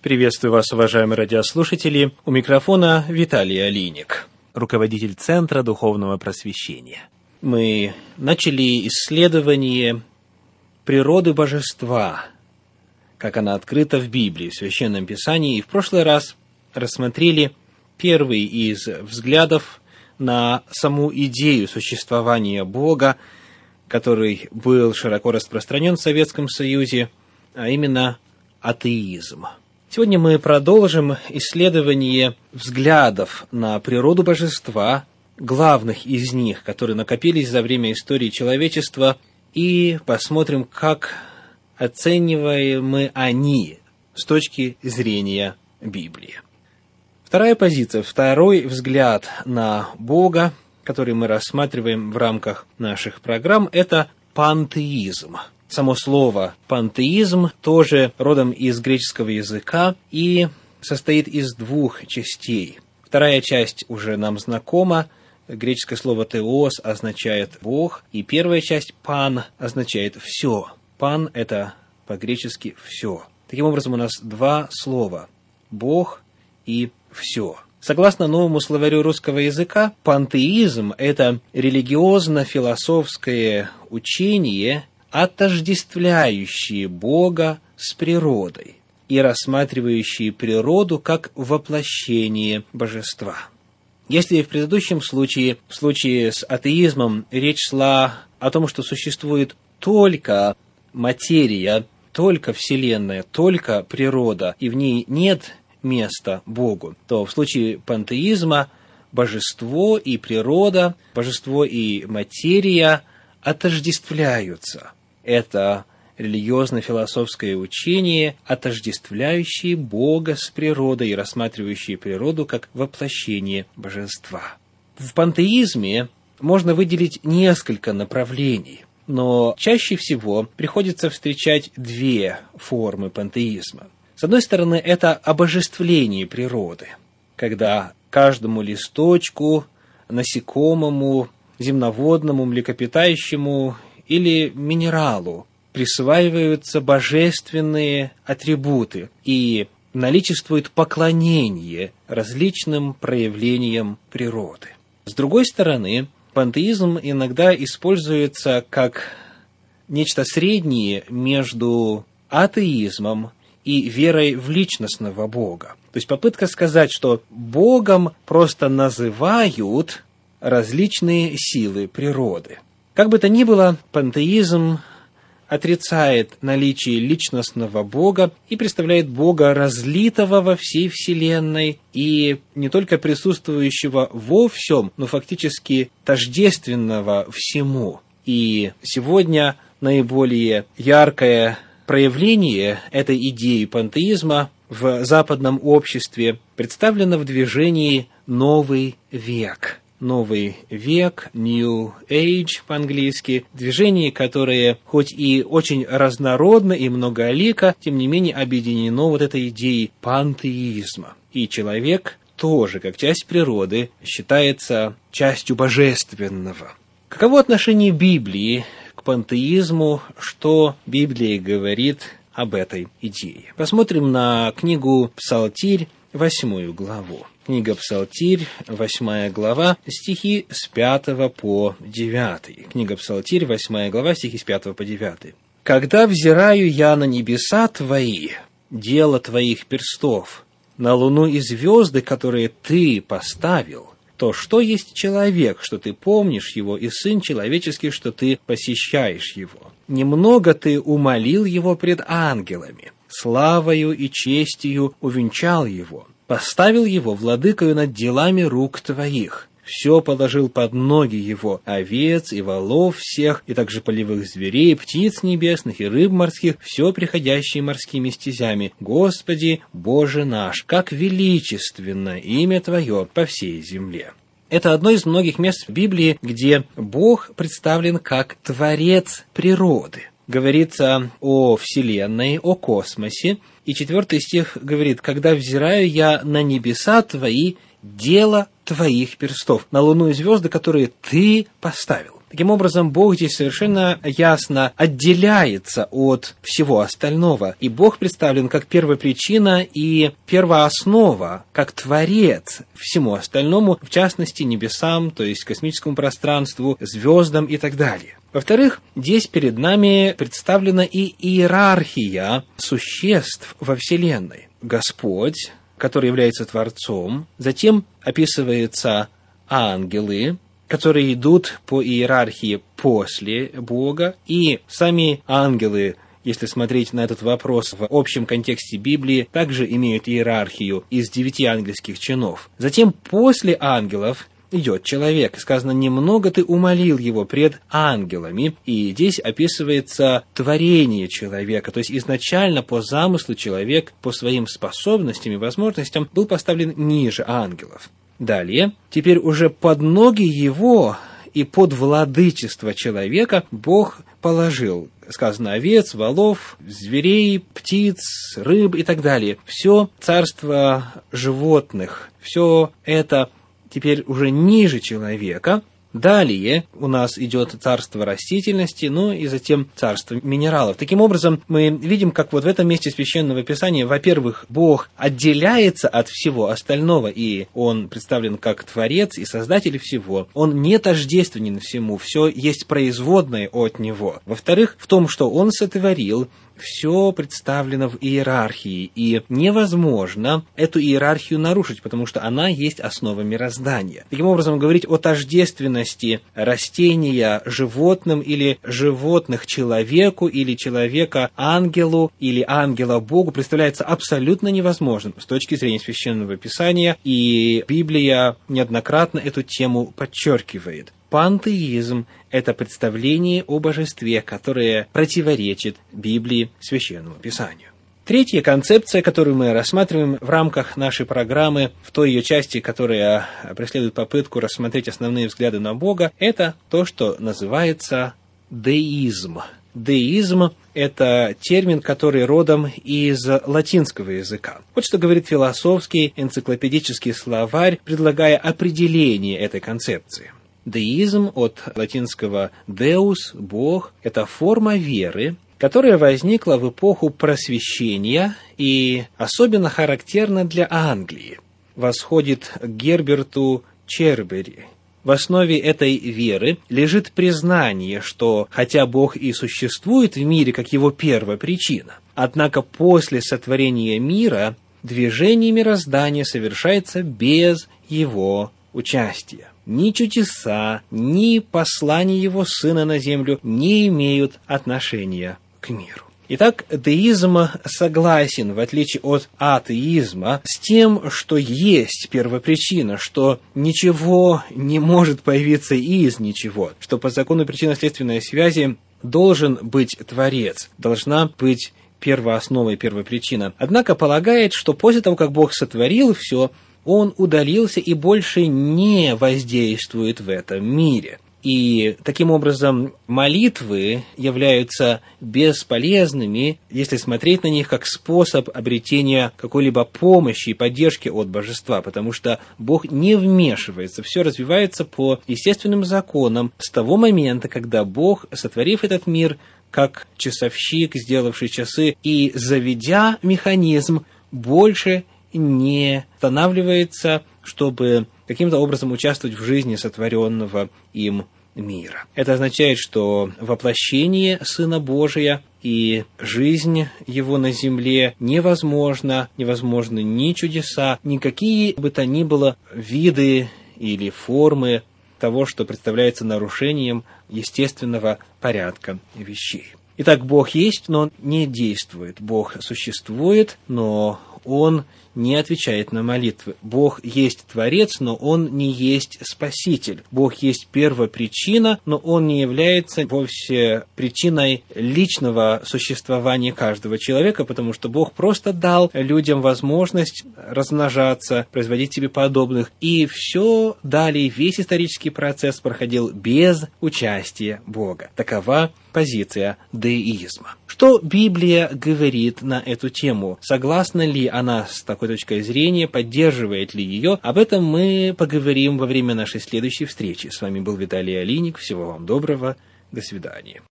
Приветствую вас, уважаемые радиослушатели. У микрофона Виталий Алиник, руководитель Центра Духовного Просвещения. Мы начали исследование природы Божества, как она открыта в Библии, в Священном Писании, и в прошлый раз рассмотрели первый из взглядов на саму идею существования Бога, который был широко распространен в Советском Союзе, а именно атеизм. Сегодня мы продолжим исследование взглядов на природу Божества, главных из них, которые накопились за время истории человечества, и посмотрим, как оцениваемы они с точки зрения Библии. Вторая позиция, второй взгляд на Бога, который мы рассматриваем в рамках наших программ, это пантеизм. Само слово «пантеизм» тоже родом из греческого языка и состоит из двух частей. Вторая часть уже нам знакома. Греческое слово «теос» означает «бог», и первая часть «пан» означает «все». «Пан» — это по-гречески «все». Таким образом, у нас два слова «бог» и «все». Согласно новому словарю русского языка, пантеизм — это религиозно-философское учение, отождествляющие Бога с природой и рассматривающие природу как воплощение божества. Если в предыдущем случае, в случае с атеизмом, речь шла о том, что существует только материя, только Вселенная, только природа, и в ней нет места Богу, то в случае пантеизма божество и природа, божество и материя отождествляются. Это религиозно-философское учение, отождествляющее Бога с природой и рассматривающее природу как воплощение божества. В пантеизме можно выделить несколько направлений, но чаще всего приходится встречать две формы пантеизма. С одной стороны, это обожествление природы, когда каждому листочку, насекомому, земноводному, млекопитающему или минералу присваиваются божественные атрибуты и наличествует поклонение различным проявлениям природы. С другой стороны, пантеизм иногда используется как нечто среднее между атеизмом и верой в личностного Бога. То есть попытка сказать, что Богом просто называют различные силы природы. Как бы то ни было, пантеизм отрицает наличие личностного Бога и представляет Бога разлитого во всей Вселенной и не только присутствующего во всем, но фактически тождественного всему. И сегодня наиболее яркое проявление этой идеи пантеизма в западном обществе представлено в движении «Новый век». Новый век, New Age по-английски, движение, которое хоть и очень разнородно и многолико, тем не менее объединено вот этой идеей пантеизма. И человек тоже, как часть природы, считается частью божественного. Каково отношение Библии к пантеизму, что Библия говорит об этой идее? Посмотрим на книгу «Псалтирь», 8 главу. Книга «Псалтирь», 8 глава, стихи с 5 по 9. Книга «Псалтирь», 8 глава, стихи с 5 по 9. «Когда взираю я на небеса Твои, дело Твоих перстов, на луну и звезды, которые Ты поставил, то что есть человек, что Ты помнишь его, и сын человеческий, что Ты посещаешь его? Немного Ты умолил его пред ангелами, славою и честью увенчал его, поставил его владыкою над делами рук Твоих, все положил под ноги его, овец и волов всех, и также полевых зверей, птиц небесных и рыб морских, все приходящие морскими стезями. Господи, Боже наш, как величественно имя Твое по всей земле». Это одно из многих мест в Библии, где Бог представлен как Творец природы. Говорится о Вселенной, о космосе. И 4 стих говорит: «Когда взираю я на небеса Твои, дело Твоих перстов, на луну и звезды, которые Ты поставил». Таким образом, Бог здесь совершенно ясно отделяется от всего остального. И Бог представлен как первопричина и первооснова, как творец всему остальному, в частности, небесам, то есть космическому пространству, звездам и так далее. Во-вторых, здесь перед нами представлена и иерархия существ во Вселенной. Господь, который является Творцом, затем описываются ангелы, которые идут по иерархии после Бога, и сами ангелы, если смотреть на этот вопрос в общем контексте Библии, также имеют иерархию из 9 ангельских чинов. Затем после ангелов идет человек. Сказано, немного ты умолил его пред ангелами. И здесь описывается творение человека. То есть изначально по замыслу человек, по своим способностям и возможностям был поставлен ниже ангелов. Далее, теперь уже под ноги его и под владычество человека Бог положил, сказано, овец, волов, зверей, птиц, рыб и так далее. Все царство животных, все это теперь уже ниже человека. Далее у нас идет царство растительности, ну и затем царство минералов. Таким образом, мы видим, как вот в этом месте Священного Писания, во-первых, Бог отделяется от всего остального, и Он представлен как Творец и Создатель всего. Он не тождественен всему, все есть производное от Него. Во-вторых, в том, что Он сотворил, все представлено в иерархии, и невозможно эту иерархию нарушить, потому что она есть основа мироздания. Таким образом, говорить о тождественности растения животным или животных человеку, или человека ангелу, или ангела Богу представляется абсолютно невозможным с точки зрения Священного Писания, и Библия неоднократно эту тему подчеркивает. Пантеизм – это представление о божестве, которое противоречит Библии, Священному Писанию. Третья концепция, которую мы рассматриваем в рамках нашей программы, в той ее части, которая преследует попытку рассмотреть основные взгляды на Бога, это то, что называется деизм. Деизм – это термин, который родом из латинского языка. Вот что говорит философский энциклопедический словарь, предлагая определение этой концепции. Деизм от латинского «deus» – «бог» – это форма веры, которая возникла в эпоху Просвещения и особенно характерна для Англии. Восходит к Герберту Чербери. В основе этой веры лежит признание, что хотя Бог и существует в мире как его первопричина, однако после сотворения мира движение мироздания совершается без его участия. Ни чудеса, ни послание его Сына на землю не имеют отношения к миру. Итак, деизм согласен, в отличие от атеизма, с тем, что есть первопричина, что ничего не может появиться из ничего, что по закону причинно-следственной связи должен быть Творец, должна быть первооснова и первопричина. Однако полагает, что после того, как Бог сотворил все, Он удалился и больше не воздействует в этом мире. И таким образом молитвы являются бесполезными, если смотреть на них как способ обретения какой-либо помощи и поддержки от божества, потому что Бог не вмешивается, все развивается по естественным законам с того момента, когда Бог, сотворив этот мир, как часовщик, сделавший часы, и заведя механизм, больше не останавливается, чтобы каким-то образом участвовать в жизни сотворенного им мира. Это означает, что воплощение Сына Божия и жизнь Его на земле невозможно, невозможны ни чудеса, никакие бы то ни было виды или формы того, что представляется нарушением естественного порядка вещей. Итак, Бог есть, но Он не действует. Бог существует, но Он не отвечает на молитвы. Бог есть Творец, но Он не есть Спаситель. Бог есть первопричина, но Он не является вовсе причиной личного существования каждого человека, потому что Бог просто дал людям возможность размножаться, производить себе подобных, и все далее, весь исторический процесс проходил без участия Бога. Такова позиция деизма. Что Библия говорит на эту тему? Согласна ли она с такой точкой зрения? Поддерживает ли ее? Об этом мы поговорим во время нашей следующей встречи. С вами был Виталий Алиник. Всего вам доброго. До свидания.